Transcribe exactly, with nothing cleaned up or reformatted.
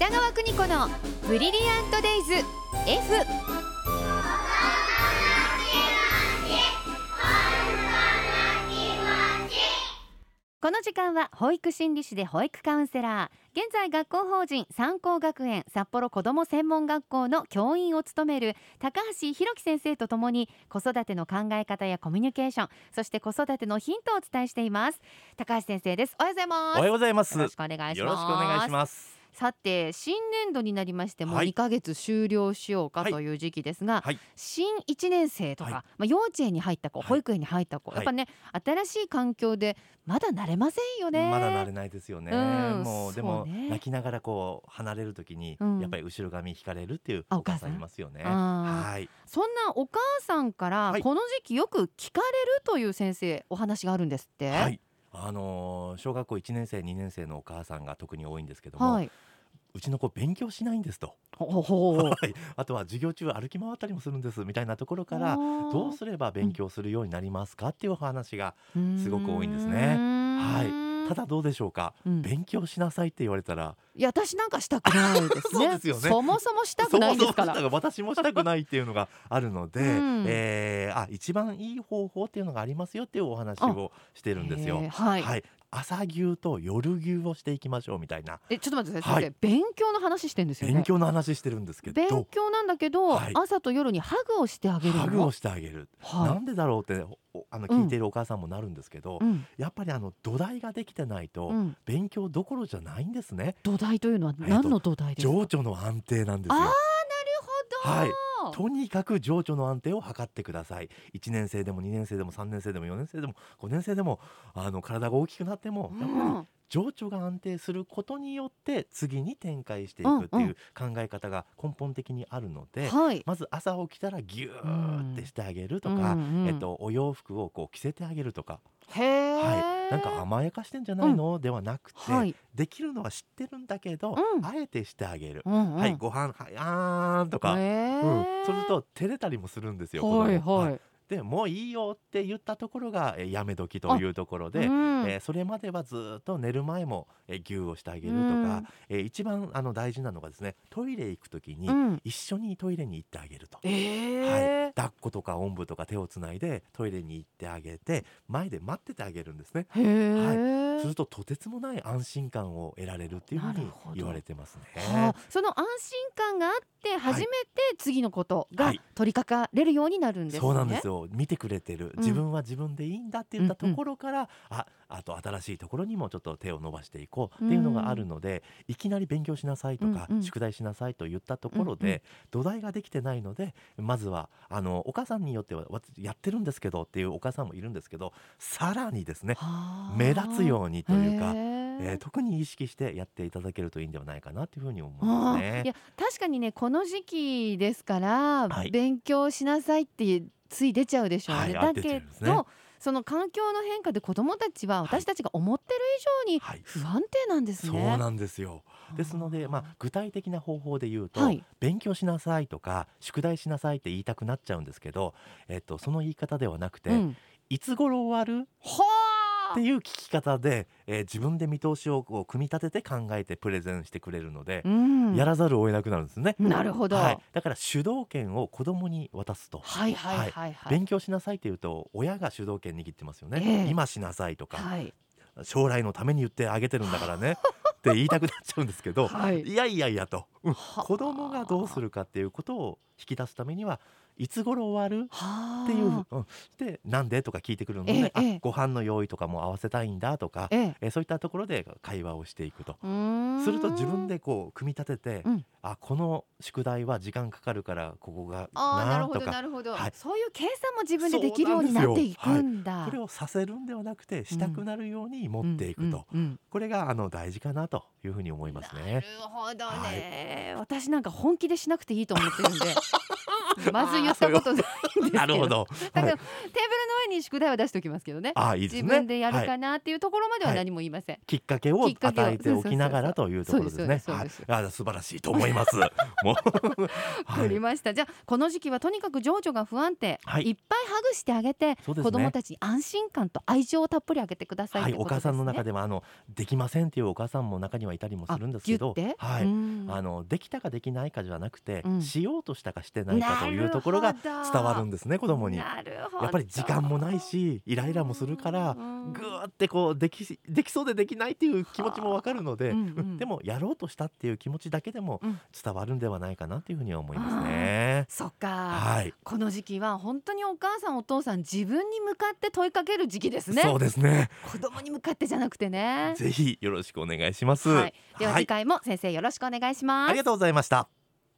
北川邦子のブリリアントデイズ F。 この時間は保育心理士で保育カウンセラー、現在学校法人三光学園札幌子ども専門学校の教員を務める高橋弘樹先生とともに、子育ての考え方やコミュニケーション、そして子育てのヒントをお伝えしています。高橋先生です。おはようございます。 おはようございます。 よろしくお願いします。 よろしくお願いします。 さて、新年度になりましてもうはいにかげつ終了しようかという時期ですが、 はい、 新いちねん生とか、 はいまあ、幼稚園に入った子、 はい保育園に入った子、 はいやっぱね、新しい環境でまだ慣れませんよね。 まだ慣れないですよね。 うんもうでもそうね泣きながらこう離れるときに、 うんやっぱり後ろ髪引かれるっていうあお母さんいますよね。 お母さんあーはい、 そんなお母さんからはいこの時期よく聞かれるという先生、お話があるんですって。 はい、あのー小学校いちねん生にねん生のお母さんが特に多いんですけども、 はい、 うちの子勉強しないんですと、 ほほほはい、あとは授業中歩き回ったりもするんですみたいなところから、どうすれば勉強するようになりますかっていうお話がすごく多いんですね。はい、ただどうでしょうか、 うん勉強しなさいって言われたら、 いや私なんかしたくないですね。 そうですよねそもそもしたくないんですから。 そもそも私もしたくないっていうのがあるので、 うんえーあ一番いい方法っていうのがありますよっていうお話をしてるんですよ。 へーはいはい、朝牛と夜牛をしていきましょうみたいなえちょっと待ってください、 はい先生勉強の話してんですよね。 勉強の話してるんですけど、 勉強なんだけど、 はい朝と夜にハグをしてあげるの。 ハグをしてあげる、 はいなんでだろうっておあの聞いているお母さんもなるんですけど、 うんやっぱりあの土台ができてないと、 うん、 勉強どころじゃないんですね。 土台というのはえっと何の土台ですか。 情緒の安定なんですよ。 あーなるほど、 はいとにかく情緒の安定を図ってください。いちねん生でもにねん生でもさんねん生でもよねん生でもごねん生でも、あの体が大きくなっても、やっぱりうん情緒が安定することによって次に展開していくっていう考え方が根本的にあるので、 はい、 まず朝起きたらギューってしてあげるとか、 うんうんえっと、お洋服をこう着せてあげるとか、 へー、 はい、なんか甘やかしてんじゃないの、ではなくて、 はいできるのは知ってるんだけど、 うんあえてしてあげる、 うんうん、 はいご飯はいあーんとか、 へーうん、そうすると照れたりもするんですよ、子供はいはい、 でもういいよって言ったところが、えーやめ時というところで、 うんえーそれまではずっと寝る前も、えー、牛をしてあげるとか、 うんえー一番あの大事なのがですね、トイレ行くときにうん一緒にトイレに行ってあげると、 えーはい、抱っことかおんぶとか手をつないでトイレに行ってあげて前で待っててあげるんですね。 へー、 するととてつもない安心感を得られるっていうふうになるほど言われてますね。 はあ、その安心感があって初めて次のことがはい取り掛かれるようになるんですね。 そうなんですよ。見てくれてる、 うん自分は自分でいいんだって言ったところから、ああと新しいところにもちょっと手を伸ばしていこうっていうのがあるので、いきなり勉強しなさいとか、 うんうん宿題しなさいと言ったところで、 うんうん土台ができてないので、まずはあのお母さんによってはわやってるんですけどっていうお母さんもいるんですけど、さらにですねはあ目立つようにというか、 へーえー特に意識してやっていただけるといいんではないかなというふうに思いあますね。 ーいや確かにね、この時期ですから、 はい勉強しなさいってつい出ちゃうでしょうね、 はいあだけ出ちゃいますねどその環境の変化で子どもたちは私たちが思ってる以上にはい不安定なんですそうね。 なんですよ。ですので、まあ、具体的な方法で言うと、 はい勉強しなさいとか宿題しなさいって言いたくなっちゃうんですけど、えっと、その言い方ではなくて、 うん、 いつ頃終わるはあっていう聞き方で、えー自分で見通しをこう組み立てて考えてプレゼンしてくれるので、 うん、 やらざるを得なくなるんですね。 なるほど、 はい、だから主導権を子供に渡すと、 はいはいはいはい、 勉強しなさいって言うと親が主導権握ってますよね、 ええ今しなさいとか、 はい将来のために言ってあげてるんだからねって言いたくなっちゃうんですけど、 はいいやいやいやと、うんはあ子供がどうするかっていうことを引き出すためにはいつ頃終わるはあっていう、うん、でなんでとか聞いてくるので、あええええご飯の用意とかも合わせたいんだとか、 えええそういったところで会話をしていくとうーんすると自分でこう組み立てて、 うんあこの宿題は時間かかるからここがあーなるほどなとか、 なるほど、 はいそういう計算も自分でできるようになっていくんだ。 これをさせるんではなくてしたくなるように持っていくと、 うんうんうんこれがあの大事かなというふうに思いますね。 なるほどね、私なんか本気でしなくていいと思ってるんでまず言ったことないんですけどなるほど、 だから、 はいテーブルのに宿題は出しておきますけどね。 あ、いいですね。 自分でやるはいかなっていうところまでは何も言いません。 きっかけをきっかけを与えておきながらというところですね。 そうですそうですそうですはい、あ、素晴らしいと思いますもうわかりはい、 ました。じゃあこの時期はとにかく情緒が不安定、 はいいっぱいハグしてあげて、 そうですね子どもたちに安心感と愛情をたっぷりあげてくださいっはい、 てことですね。 お母さんの中ではあのできませんっていうお母さんも中にはいたりもするんですけど、 あギュッてはい、 うんあのできたかできないかじゃなくて、 うんしようとしたかしてないかというところが伝わるんですね、子供に。 なるほど。 やっぱり時間もないしイライラもするからうんぐーってこうできできそうでできないっていう気持ちもわかるので、 うんうんでもやろうとしたっていう気持ちだけでもうん伝わるんではないかなというふうには思いますね。 そっか、 はい、 この時期は本当にお母さんお父さん自分に向かって問いかける時期ですね。 そうですね。 子供に向かってじゃなくてね。 ぜひよろしくお願いします。 はい、でははい、 次回も先生よろしくお願いします。 ありがとうございました。